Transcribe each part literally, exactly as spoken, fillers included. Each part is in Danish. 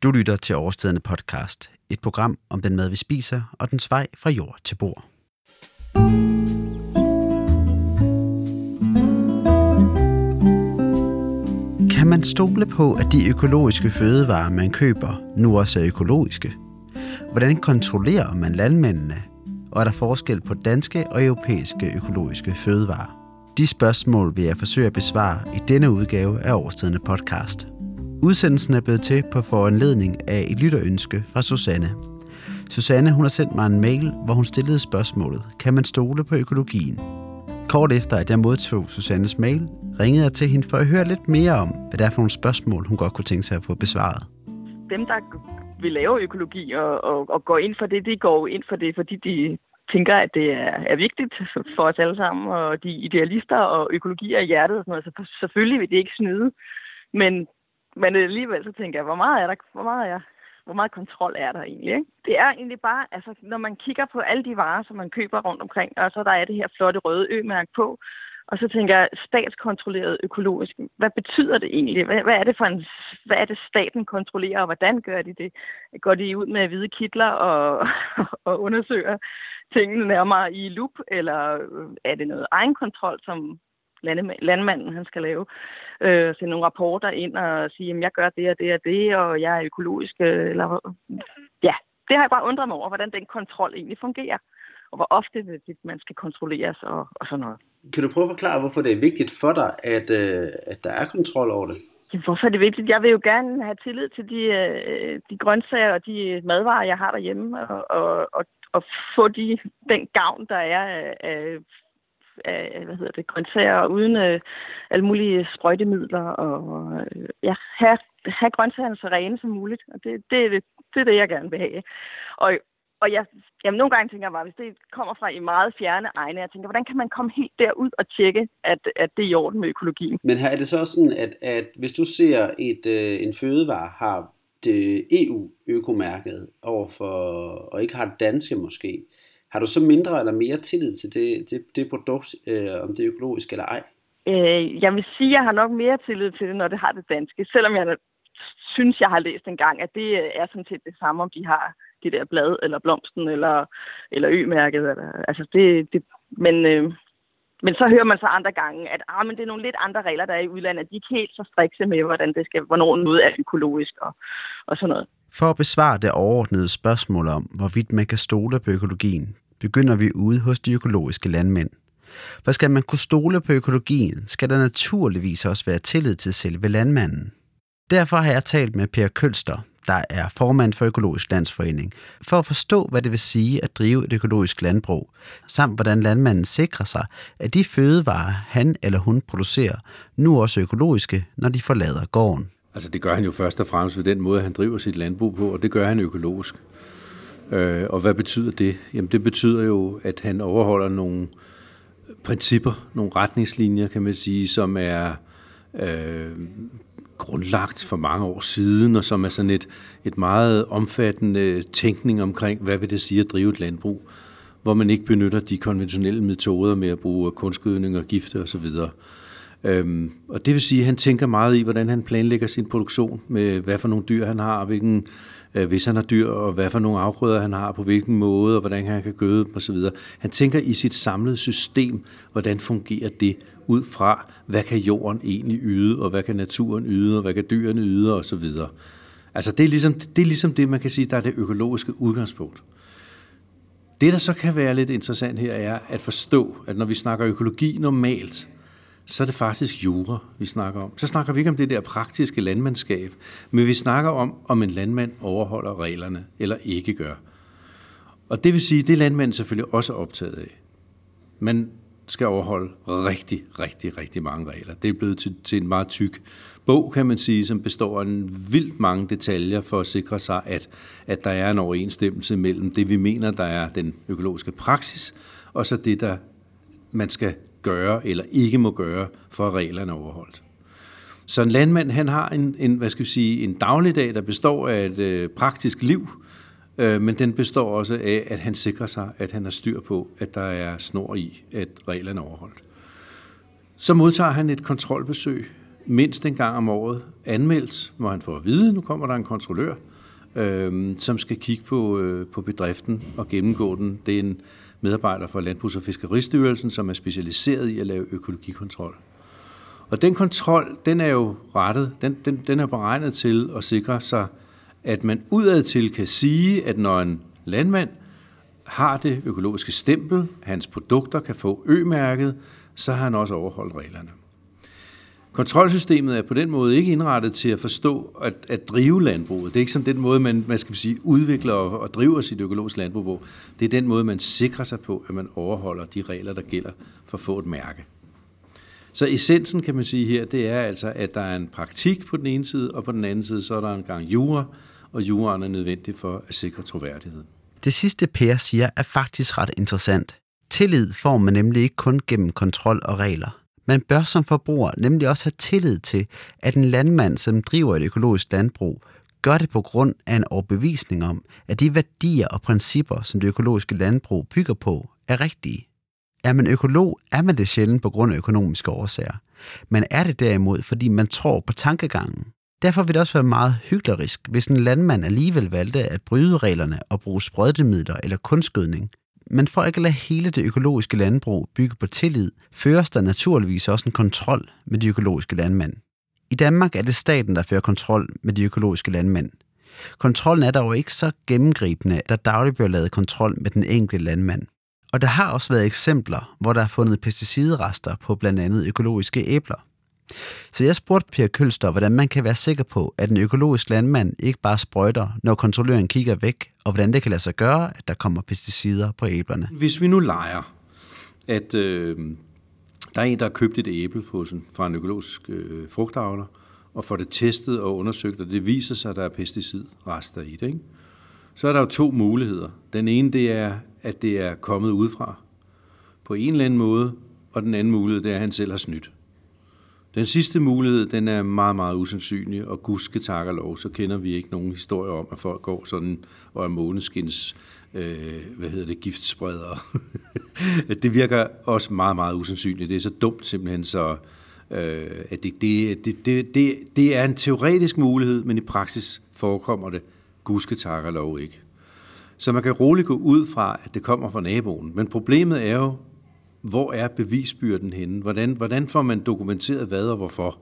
Du lytter til Overstedende podcast, et program om den mad, vi spiser, og dens vej fra jord til bord. Kan man stole på, at de økologiske fødevarer, man køber, nu også er økologiske? Hvordan kontrollerer man landmændene? Og er der forskel på danske og europæiske økologiske fødevarer? De spørgsmål vil jeg forsøge at besvare i denne udgave af Overstedende podcast. Udsendelsen er blevet til på foranledning af et lytterønske fra Susanne. Susanne hun har sendt mig en mail, hvor hun stillede spørgsmålet: kan man stole på økologien? Kort efter at jeg modtog Susannes mail, ringede jeg til hende for at høre lidt mere om, hvad det er for nogle spørgsmål, hun godt kunne tænke sig at få besvaret. Dem, der vil lave økologi og, og, og går ind for det, de går ind for det, fordi de tænker, at det er, er vigtigt for os alle sammen, og de idealister og økologi er i hjertet og sådan noget, så selvfølgelig vil det ikke snyde. Men, men alligevel så tænker jeg, hvor meget er der, hvor meget er, hvor meget kontrol er der egentlig, ikke? Det er egentlig bare, altså når man kigger på alle de varer, som man køber rundt omkring, og så der er det her flotte røde ø-mærke på, og så tænker jeg, statskontrolleret økologisk, hvad betyder det egentlig? Hvad, hvad, er det for en, hvad er det, staten kontrollerer, og hvordan gør de det? Går de ud med hvide kitler og, og undersøger tingene nærmere i lup, eller er det noget egenkontrol, som landmanden han skal lave? Øh, sende nogle rapporter ind og sige, at jeg gør det og det og det, og jeg er økologisk. Eller, ja, det har jeg bare undret mig over, hvordan den kontrol egentlig fungerer, og hvor ofte man skal kontrolleres og, og sådan noget. Kan du prøve at forklare, hvorfor det er vigtigt for dig, at, øh, at der er kontrol over det? Hvorfor er det vigtigt? Jeg vil jo gerne have tillid til de, øh, de grøntsager og de madvarer, jeg har derhjemme, og, og, og, og få de, den gavn, der er af, af hvad hedder det, grøntsager, uden øh, alle mulige sprøjtemidler, og øh, ja, have, have grøntsagerne så rene som muligt. Og det, det, er det, det er det, jeg gerne vil have. Og Og jeg, jamen, nogle gange tænker jeg bare, hvis det kommer fra i meget fjerne egne, jeg tænker, hvordan kan man komme helt derud og tjekke, at, at det er i orden med økologien? Men her er det så sådan, at, at hvis du ser et, øh, en fødevare har det E U-økomærket overfor, og ikke har det danske måske, har du så mindre eller mere tillid til det, til det produkt, øh, om det er økologisk eller ej? Øh, jeg vil sige, at jeg har nok mere tillid til det, når det har det danske, selvom jeg synes, jeg har læst en gang, at det er sådan set det samme, om de har det der blad, eller blomsten, eller, eller ø-mærket. Eller, altså det, det, men, øh, men så hører man så andre gange, at ah, men det er nogle lidt andre regler, der er i udlandet, at de ikke helt så strikse med, hvordan det skal, hvornår noget er økologisk og, og sådan noget. For at besvare det overordnede spørgsmål om, hvorvidt man kan stole på økologien, begynder vi ude hos de økologiske landmænd. For skal man kunne stole på økologien, skal der naturligvis også være tillid til selve landmanden. Derfor har jeg talt med Per Kølster, der er formand for Økologisk Landsforening, for at forstå, hvad det vil sige at drive et økologisk landbrug, samt hvordan landmanden sikrer sig, at de fødevarer, han eller hun producerer, nu også er økologiske, når de forlader gården. Altså det gør han jo først og fremmest ved den måde, han driver sit landbrug på, og det gør han økologisk. Øh, og hvad betyder det? Jamen det betyder jo, at han overholder nogle principper, nogle retningslinjer, kan man sige, som er øh, grundlagt for mange år siden, og som er sådan et, et meget omfattende tænkning omkring, hvad vil det sige at drive et landbrug, hvor man ikke benytter de konventionelle metoder med at bruge kunstgødning og gifte osv. Øhm, og det vil sige, at han tænker meget i, hvordan han planlægger sin produktion, med hvad for nogle dyr han har, hvilken, øh, hvis han har dyr, og hvad for nogle afgrøder han har, på hvilken måde, og hvordan han kan gøde dem osv. Han tænker i sit samlede system, hvordan fungerer det ud fra, hvad kan jorden egentlig yde, og hvad kan naturen yde, og hvad kan dyrene yde osv. Altså det er, ligesom, det er ligesom det, man kan sige, der er det økologiske udgangspunkt. Det, der så kan være lidt interessant her, er at forstå, at når vi snakker økologi normalt, så er det faktisk jura, vi snakker om. Så snakker vi ikke om det der praktiske landmandskab, men vi snakker om, om en landmand overholder reglerne, eller ikke gør. Og det vil sige, det er landmanden selvfølgelig også optaget af. Man skal overholde rigtig, rigtig, rigtig mange regler. Det er blevet til, til en meget tyk bog, kan man sige, som består af en vildt mange detaljer for at sikre sig, at, at der er en overensstemmelse mellem det, vi mener, der er den økologiske praksis, og så det, der man skal gøre eller ikke må gøre, for at reglerne er overholdt. Så en landmand, han har en, en, hvad skal vi sige, en dagligdag, der består af et øh, praktisk liv, øh, men den består også af, at han sikrer sig, at han har styr på, at der er snor i, at reglerne er overholdt. Så modtager han et kontrolbesøg mindst en gang om året anmeldt, hvor han får at vide, nu kommer der en kontrollør, øh, som skal kigge på, øh, på bedriften og gennemgå den. Det er en medarbejder fra Landbrugs- og Fiskeristyrelsen, som er specialiseret i at lave økologikontrol. Og den kontrol, den er jo rettet, den, den, den er beregnet til at sikre sig, at man udadtil kan sige, at når en landmand har det økologiske stempel, hans produkter kan få Ø-mærket, så har han også overholdt reglerne. Kontrolsystemet er på den måde ikke indrettet til at forstå at, at drive landbruget. Det er ikke sådan den måde, man, man skal sige, udvikler og, og driver sit økologiske landbrug på. Det er den måde, man sikrer sig på, at man overholder de regler, der gælder for at få et mærke. Så essensen, kan man sige her, det er altså, at der er en praktik på den ene side, og på den anden side, så er der en gang jura, og juraen er nødvendig for at sikre troværdighed. Det sidste Per siger er faktisk ret interessant. Tillid får man nemlig ikke kun gennem kontrol og regler. Man bør som forbruger nemlig også have tillid til, at en landmand, som driver et økologisk landbrug, gør det på grund af en overbevisning om, at de værdier og principper, som det økologiske landbrug bygger på, er rigtige. Er man økolog, er man det sjældent på grund af økonomiske årsager. Man er det derimod, fordi man tror på tankegangen. Derfor vil det også være meget hyklerisk, hvis en landmand alligevel valgte at bryde reglerne og bruge sprøjtemidler eller kunstgødning. Men for ikke at lade hele det økologiske landbrug bygge på tillid, føres der naturligvis også en kontrol med de økologiske landmænd. I Danmark er det staten, der fører kontrol med de økologiske landmænd. Kontrollen er dog ikke så gennemgribende, der dagligt bliver lavet kontrol med den enkelte landmand. Og der har også været eksempler, hvor der er fundet pesticidrester på blandt andet økologiske æbler. Så jeg spurgte Per Kølster, hvordan man kan være sikker på, at en økologisk landmand ikke bare sprøjter, når kontrolløren kigger væk, og hvordan det kan lade sig gøre, at der kommer pesticider på æblerne. Hvis vi nu leger, at øh, der er en, der har købt et æble fra en økologisk øh, frugtavler, og får det testet og undersøgt, og det viser sig, at der er pesticidrester i det, ikke? Så er der jo to muligheder. Den ene, det er, at det er kommet udefra på en eller anden måde, og den anden mulighed, det er, at han selv har snydt. Den sidste mulighed, den er meget, meget usandsynlig, og gudske tak og lov, så kender vi ikke nogen historie om, at folk går sådan og er måneskins, øh, hvad hedder det, giftspreder. Det virker også meget, meget usandsynligt. Det er så dumt simpelthen, så øh, at det, det, det, det, det, det er en teoretisk mulighed, men i praksis forekommer det gudske tak og lov ikke. Så man kan roligt gå ud fra, at det kommer fra naboen. Men problemet er jo, hvor er bevisbyrden henne? Hvordan, hvordan får man dokumenteret hvad og hvorfor?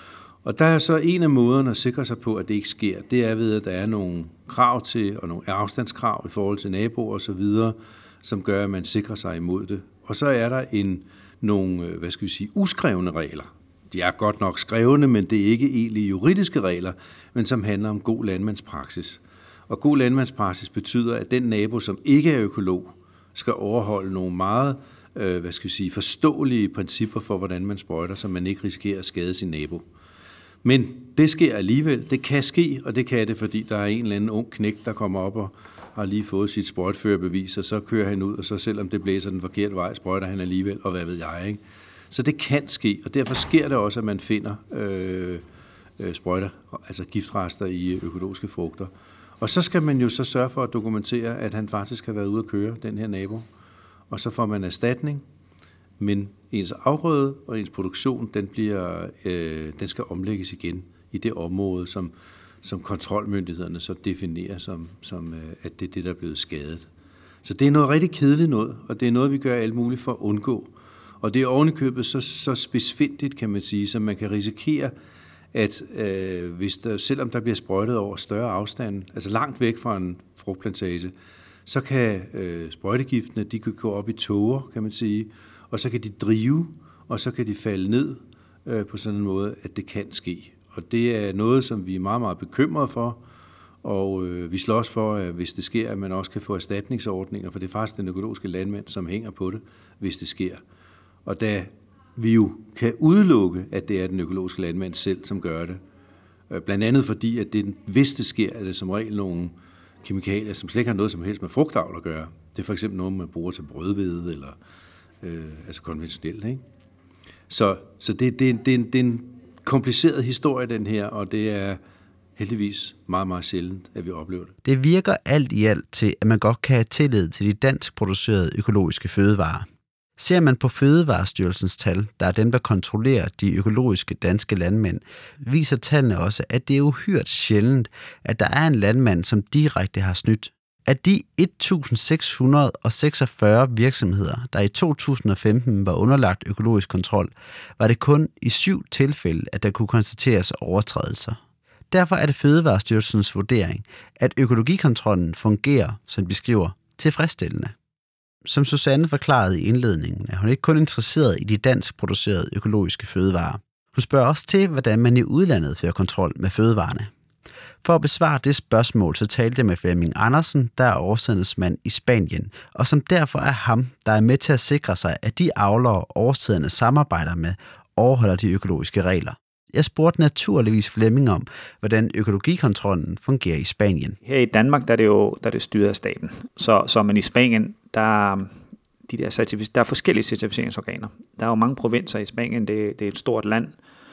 Og der er så en af måderne at sikre sig på, at det ikke sker, det er ved, at der er nogle krav til, og nogle afstandskrav i forhold til naboer og så videre, som gør, at man sikrer sig imod det. Og så er der en, nogle, hvad skal vi sige, uskrevne regler. De er godt nok skrevne, men det er ikke egentlig juridiske regler, men som handler om god landmandspraksis. Og god landmandspraksis betyder, at den nabo, som ikke er økolog, skal overholde nogle meget øh, hvad skal vi sige, forståelige principper for, hvordan man sprøjter, så man ikke risikerer at skade sin nabo. Men det sker alligevel. Det kan ske, og det kan det, fordi der er en eller anden ung knægt, der kommer op og har lige fået sit sprøjtførerbevis, og så kører han ud, og så selvom det blæser den forkerte vej, sprøjter han alligevel, og hvad ved jeg, ikke? Så det kan ske, og derfor sker det også, at man finder øh, øh, sprøjter, altså giftrester i økologiske frugter. Og så skal man jo så sørge for at dokumentere, at han faktisk har været ude at køre, den her nabo. Og så får man erstatning, men ens afgrøde og ens produktion, den, bliver, øh, den skal omlægges igen i det område, som, som kontrolmyndighederne så definerer som, som øh, at det er det, der er blevet skadet. Så det er noget rigtig kedeligt noget, og det er noget, vi gør alt muligt for at undgå. Og det er ovenikøbet så, så spidsfindigt, kan man sige, så man kan risikere, at øh, hvis der, selvom der bliver sprøjtet over større afstand, altså langt væk fra en frugtplantage, så kan øh, sprøjtegiftene, de kan gå op i tåger, kan man sige, og så kan de drive, og så kan de falde ned øh, på sådan en måde, at det kan ske. Og det er noget, som vi er meget, meget bekymrede for, og øh, vi slås for, at hvis det sker, at man også kan få erstatningsordninger, for det er faktisk den økologiske landmand, som hænger på det, hvis det sker. Og da vi jo kan udelukke, at det er den økologiske landmand selv, som gør det, øh, blandt andet fordi, at det, hvis det sker, er det som regel nogle kemikalier, som slet ikke har noget som helst med frugtavl at gøre. Det er for eksempel noget, man bruger til brødhvede, eller øh, altså konventionelt, ikke? Så, så det, det, det, det er en kompliceret historie, den her, og det er heldigvis meget, meget sjældent, at vi oplever det. Det virker alt i alt til, at man godt kan have tillid til de dansk producerede økologiske fødevarer. Ser man på Fødevarestyrelsens tal, der er dem, der kontrollerer de økologiske danske landmænd, viser tallene også, at det er uhyrt sjældent, at der er en landmand, som direkte har snydt. Af de et tusind seks hundrede seksogfyrre virksomheder, der i to tusind og femten var underlagt økologisk kontrol, var det kun i syv tilfælde, at der kunne konstateres overtrædelser. Derfor er det Fødevarestyrelsens vurdering, at økologikontrollen fungerer, som de skriver, tilfredsstillende. Som Susanne forklarede i indledningen, er hun ikke kun interesseret i de dansk producerede økologiske fødevarer. Hun spørger også til, hvordan man i udlandet fører kontrol med fødevarerne. For at besvare det spørgsmål, så talte jeg med Flemming Andersen, der er oversættelsesmand i Spanien, og som derfor er ham, der er med til at sikre sig, at de avlere oversætterne samarbejder med, overholder de økologiske regler. Jeg spurgte naturligvis Flemming om, hvordan økologikontrollen fungerer i Spanien. Her i Danmark, der er det jo der er det styret af staten. Så, så man i Spanien, der, de der, certific- der er forskellige certificeringsorganer. Der er jo mange provinser i Spanien, det, det er et stort land,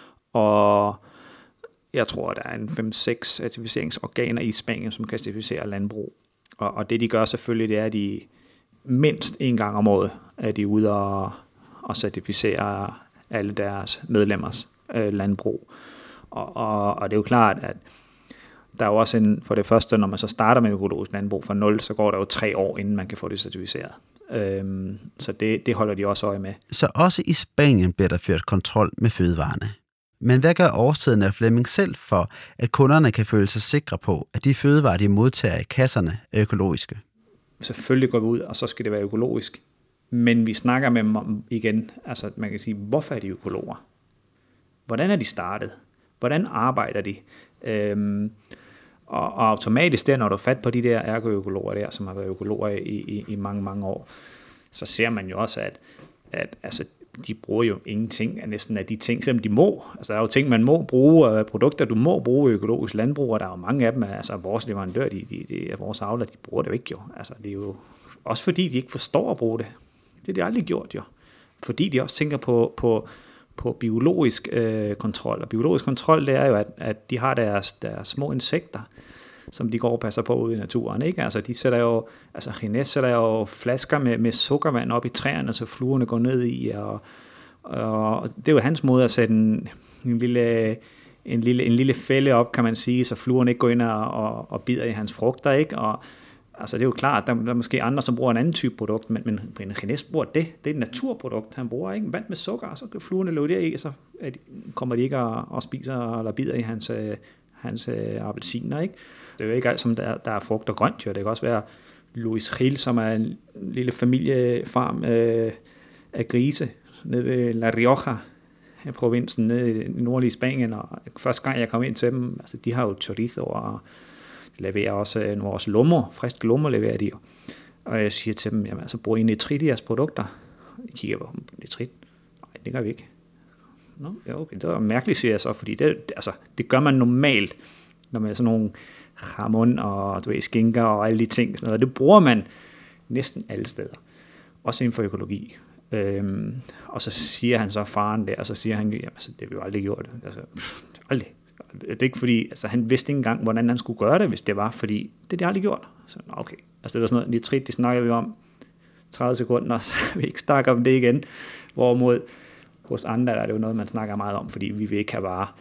og jeg tror, der er en fem seks certificeringsorganer i Spanien, som kan certificere landbrug. Og, og det de gør selvfølgelig, det er, at de mindst en gang om året er de ude og, og certificere alle deres medlemmers øh, landbrug. Og, og, og det er jo klart, at der er jo også en, for det første, når man så starter med økologisk landbrug fra nul, så går der jo tre år, inden man kan få det certificeret. Øhm, så det, det holder de også øje med. Så også i Spanien bliver der ført kontrol med fødevarene. Men hvad gør årsiden af Flemming selv for, at kunderne kan føle sig sikre på, at de fødevarer, de modtager i kasserne, er økologiske? Selvfølgelig går vi ud, og så skal det være økologisk. Men vi snakker med dem om igen, altså man kan sige, hvorfor er de økologer? Hvordan er de startet? Hvordan arbejder de? Øhm, og, og automatisk der, når du er fat på de der ergoøkologer der, som har været økologer i, i, i mange, mange år, så ser man jo også, at, at altså, de bruger jo ingenting af næsten af de ting, som de må. Altså der er jo ting, man må bruge, produkter, du må bruge i økologisk landbrug, og der er jo mange af dem, altså vores leverandører, de, de, de, vores avler, de bruger det jo ikke jo. Altså det er jo også fordi, de ikke forstår at bruge det. Det har de aldrig gjort jo. Fordi de også tænker på, på, på biologisk øh, kontrol. Og biologisk kontrol, det er jo, at, at de har deres, deres små insekter, som de går og passer på ude i naturen, ikke? Altså de sætter jo, altså Gines sætter jo flasker med, med sukkervand op i træerne, så fluerne går ned i, og, og det er jo hans måde at sætte en, en, lille, en, lille, en lille fælde op, kan man sige, så fluerne ikke går ind og, og, og bider i hans frugter, ikke? Og altså det er jo klart, der, der er måske andre, som bruger en anden type produkt, men, men Gines bruger det, det er et naturprodukt, han bruger, ikke? Vand med sukker, og så kan fluerne løbe deri, så kommer de ikke og, og spiser eller bider i hans, hans øh, appelsiner, ikke? Det er jo ikke alt, som der, der er frugt og grønt. Jo. Det kan også være Luis Gil, som er en lille familiefarm øh, af grise nede ved La Rioja, i provinsen nede i nordlige Spanien. Og første gang jeg kom ind til dem, altså de har jo chorizo, og de leverer også øh, vores lummer, frisk lummer leverer de jo. Og jeg siger til dem, jamen altså bruger I nitrit i jeres produkter? Jeg kigger på nitrit. Nej, det gør vi ikke. Nå, ja, okay, det var mærkeligt, siger jeg så, fordi det, altså, det gør man normalt, når man er sådan nogle jamon og du ved, skinker og alle de ting. Sådan noget. Det bruger man næsten alle steder. Også inden for økologi. Øhm, og så siger han så faren der, og så siger han, jamen, altså, det har vi jo aldrig gjort. Altså, pff, aldrig. Det er ikke fordi, altså han vidste ikke engang, hvordan han skulle gøre det, hvis det var, fordi det har de aldrig gjort. Så okay, altså det var sådan noget nitrit, det snakker vi om tredive sekunder, så vi ikke snakker om det igen. Hvorimod hos andre der er det jo noget, man snakker meget om, fordi vi vil ikke have varer,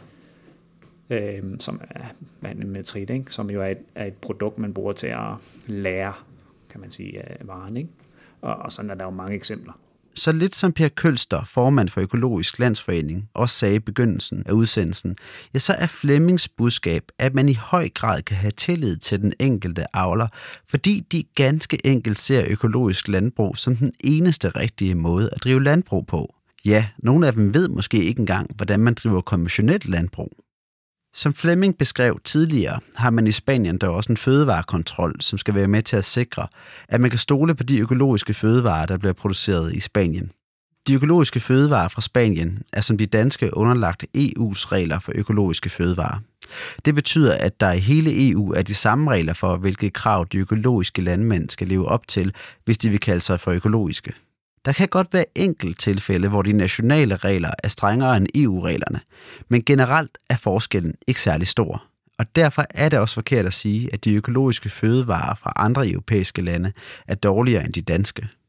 øh, som er vand med nitrit, ikke? Som jo er et, er et produkt, man bruger til at lære, kan man sige, af varen, ikke? Og, og sådan er der jo mange eksempler. Så lidt som Per Kølster, formand for Økologisk Landsforening, også sagde i begyndelsen af udsendelsen, ja, så er Flemmings budskab, at man i høj grad kan have tillid til den enkelte avler, fordi de ganske enkelt ser økologisk landbrug som den eneste rigtige måde at drive landbrug på. Ja, nogle af dem ved måske ikke engang, hvordan man driver konventionelt landbrug. Som Flemming beskrev tidligere, har man i Spanien dog også en fødevarekontrol, som skal være med til at sikre, at man kan stole på de økologiske fødevarer, der bliver produceret i Spanien. De økologiske fødevarer fra Spanien er som de danske underlagt E U's regler for økologiske fødevarer. Det betyder, at der i hele E U er de samme regler for, hvilke krav de økologiske landmænd skal leve op til, hvis de vil kalde sig for økologiske. Der kan godt være enkelt tilfælde, hvor de nationale regler er strengere end E U-reglerne, men generelt er forskellen ikke særlig stor. Og derfor er det også forkert at sige, at de økologiske fødevarer fra andre europæiske lande er dårligere end de danske.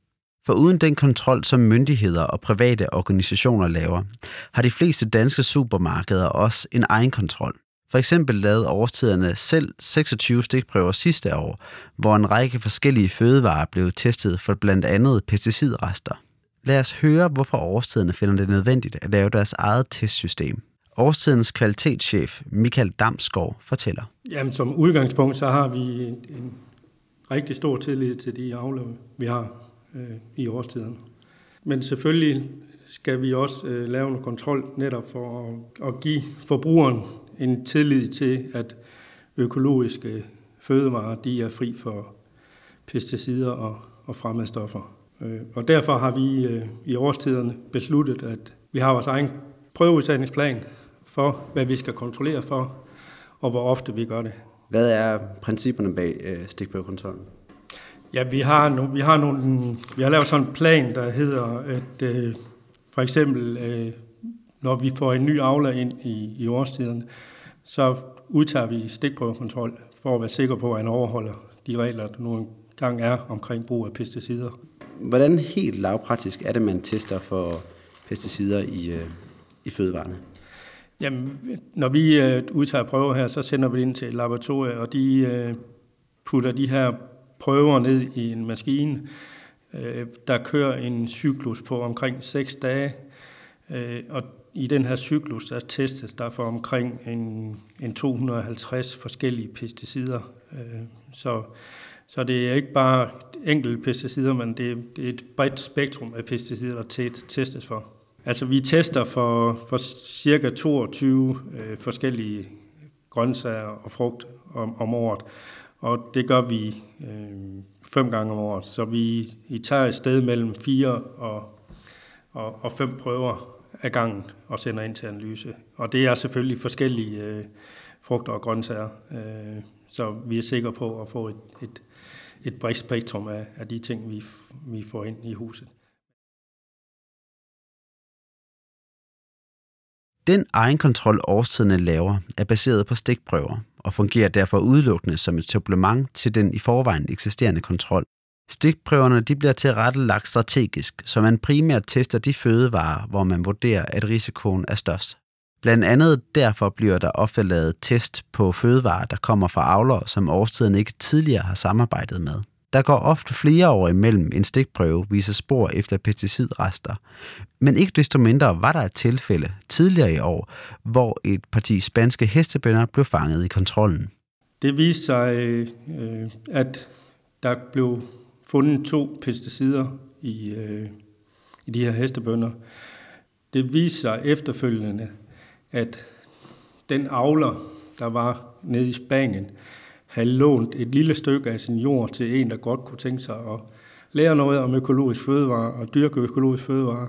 For uden den kontrol, som myndigheder og private organisationer laver, har de fleste danske supermarkeder også en egen kontrol. For eksempel lavede Årstiderne selv seksogtyve stikprøver sidste år, hvor en række forskellige fødevarer blev testet for blandt andet pesticidrester. Lad os høre, hvorfor Årstiderne finder det nødvendigt at lave deres eget testsystem. Årstidens kvalitetschef Michael Damsgaard fortæller. Jamen, som udgangspunkt så har vi en, en rigtig stor tillid til de avler, vi har øh, i Årstiderne. Men selvfølgelig skal vi også øh, lave en kontrol netop for at, at give forbrugeren en tillid til, at økologiske fødevarer de er fri for pesticider og, og fremmedstoffer. Øh, og derfor har vi øh, i Årstiderne besluttet, at vi har vores egen prøveudsætningsplan for, hvad vi skal kontrollere for, og hvor ofte vi gør det. Hvad er principperne bag øh, stikprøvekontrollen? Ja, vi har, no, vi, har nogle, vi har lavet sådan en plan, der hedder, at øh, for eksempel, øh, når vi får en ny avler ind i, i Årstiderne, så udtager vi stikprøvekontrol for at være sikre på, at han overholder de regler, der nu engang er omkring brug af pesticider. Hvordan helt lavpraktisk er det, man tester for pesticider i, øh, i fødevarene? Jamen, når vi øh, udtager prøver her, så sender vi det ind til et laboratorium, og de øh, putter de her prøver ned i en maskine, øh, der kører en cyklus på omkring seks dage, øh, og i den her cyklus, der testes der for omkring en, en to hundrede og halvtreds forskellige pesticider. Øh, så, så det er ikke bare enkelte pesticider, men det, det er et bredt spektrum af pesticider, der testes for. Altså vi tester for, for cirka toogtyve øh, forskellige grøntsager og frugt om, om året, og det gør vi øh, fem gange om året. Så vi I tager et sted mellem fire og, og, og fem prøver af gangen og sender ind til analyse. Og det er selvfølgelig forskellige øh, frugter og grøntsager, øh, så vi er sikre på at få et, et, et bredt spektrum af, af de ting, vi, vi får ind i huset. Den egenkontrol, Årstiderne laver, er baseret på stikprøver og fungerer derfor udelukkende som et supplement til den i forvejen eksisterende kontrol. Stikprøverne de bliver tilrettelagt strategisk, så man primært tester de fødevarer, hvor man vurderer, at risikoen er størst. Blandt andet derfor bliver der ofte lavet test på fødevarer, der kommer fra avlere, som Årstiderne ikke tidligere har samarbejdet med. Der går ofte flere år imellem en stikprøve viser spor efter pesticidrester, men ikke desto mindre var der et tilfælde tidligere i år, hvor et parti spanske hestebønner blev fanget i kontrollen. Det viste sig, øh, at der blev fundet to pesticider i, øh, i de her hestebønner. Det viste sig efterfølgende, at den avler, der var nede i Spanien, havde lånt et lille stykke af sin jord til en, der godt kunne tænke sig at lære noget om økologisk fødevare og dyrke økologisk fødevare.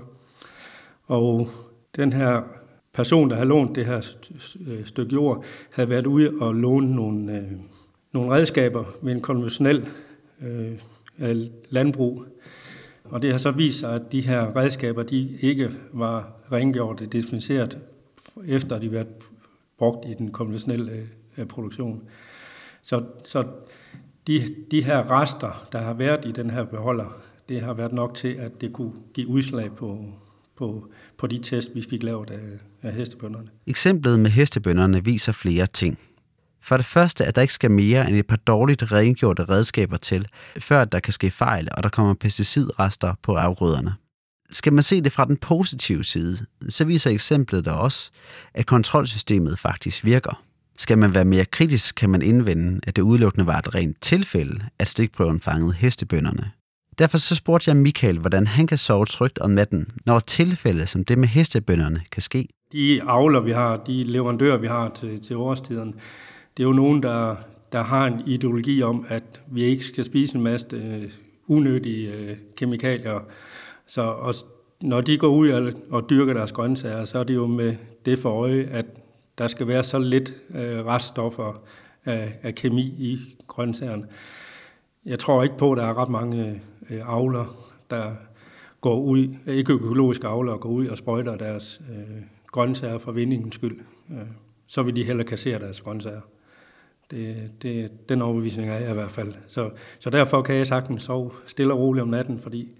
Og den her person, der havde lånt det her stykke jord, havde været ude og låne nogle, øh, nogle redskaber med en konventionel øh, landbrug. Og det har så vist sig, at de her redskaber de ikke var rengjort og desinficeret, efter de været brugt i den konventionelle øh, produktion. Så, så de, de her rester, der har været i den her beholder, det har været nok til, at det kunne give udslag på, på, på de test, vi fik lavet af, af hestebønderne. Eksemplet med hestebønderne viser flere ting. For det første, at der ikke skal mere end et par dårligt rengjorte redskaber til, før der kan ske fejl, og der kommer pesticidrester på afgrøderne. Skal man se det fra den positive side, så viser eksemplet der også, at kontrolsystemet faktisk virker. Skal man være mere kritisk, kan man indvende, at det udelukkende var et rent tilfælde, at stikprøven fangede hestebønderne. Derfor så spurgte jeg Michael, hvordan han kan sove trygt om natten, når et tilfælde som det med hestebønderne kan ske. De avler, vi har, de leverandører, vi har til, til Årstiderne, det er jo nogen, der, der har en ideologi om, at vi ikke skal spise en masse øh, unødige øh, kemikalier. Så og, når de går ud og, og dyrker deres grøntsager, så er det jo med det for øje, at der skal være så lidt øh, reststoffer af, af kemi i grøntsagerne. Jeg tror ikke på, at der er ret mange øh, avler, der går ud, ikke økologiske avlere, går ud og sprøjter deres øh, grøntsager for vindingens skyld. Øh, så vil de hellere kassere deres grøntsager. Det, det, den overbevisning er jeg i hvert fald. Så, så derfor kan jeg sagtens sove stille og roligt om natten, fordi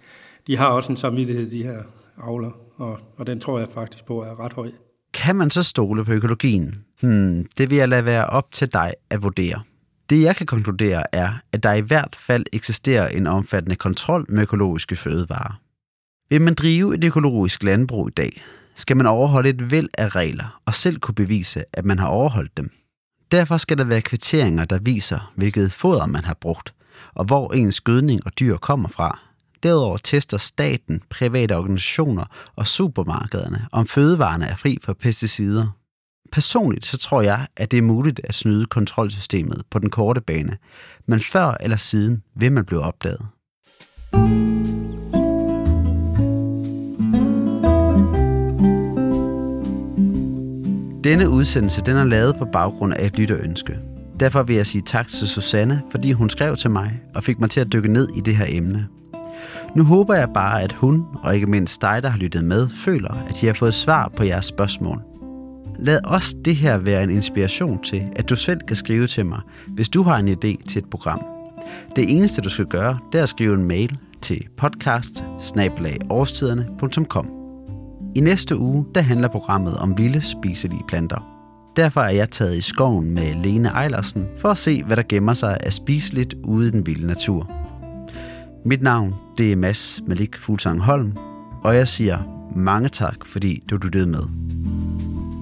de har også en samvittighed, de her avler, og, og den tror jeg faktisk på er ret høj. Kan man så stole på økologien? Hmm, det vil jeg lade være op til dig at vurdere. Det jeg kan konkludere er, at der i hvert fald eksisterer en omfattende kontrol med økologiske fødevarer. Vil man drive et økologisk landbrug i dag, skal man overholde et væld af regler og selv kunne bevise, at man har overholdt dem. Derfor skal der være kvitteringer, der viser, hvilket foder man har brugt, og hvor ens gødning og dyr kommer fra. Derudover tester staten, private organisationer og supermarkederne, om fødevarerne er fri for pesticider. Personligt så tror jeg, at det er muligt at snyde kontrolsystemet på den korte bane, men før eller siden vil man blive opdaget. Denne udsendelse den er lavet på baggrund af et lytterønske. Derfor vil jeg sige tak til Susanne, fordi hun skrev til mig og fik mig til at dykke ned i det her emne. Nu håber jeg bare, at hun, og ikke mindst dig, der har lyttet med, føler, at de har fået svar på jeres spørgsmål. Lad også det her være en inspiration til, at du selv kan skrive til mig, hvis du har en idé til et program. Det eneste, du skal gøre, det er at skrive en mail til podcast bindestreg årstiderne punktum com. I næste uge, der handler programmet om vilde spiselige planter. Derfor er jeg taget i skoven med Lene Eilersen for at se, hvad der gemmer sig af spiseligt ude i den vilde natur. Mit navn, det er Mads Malik Fuglsang Holm, og jeg siger mange tak, fordi du lyttede med.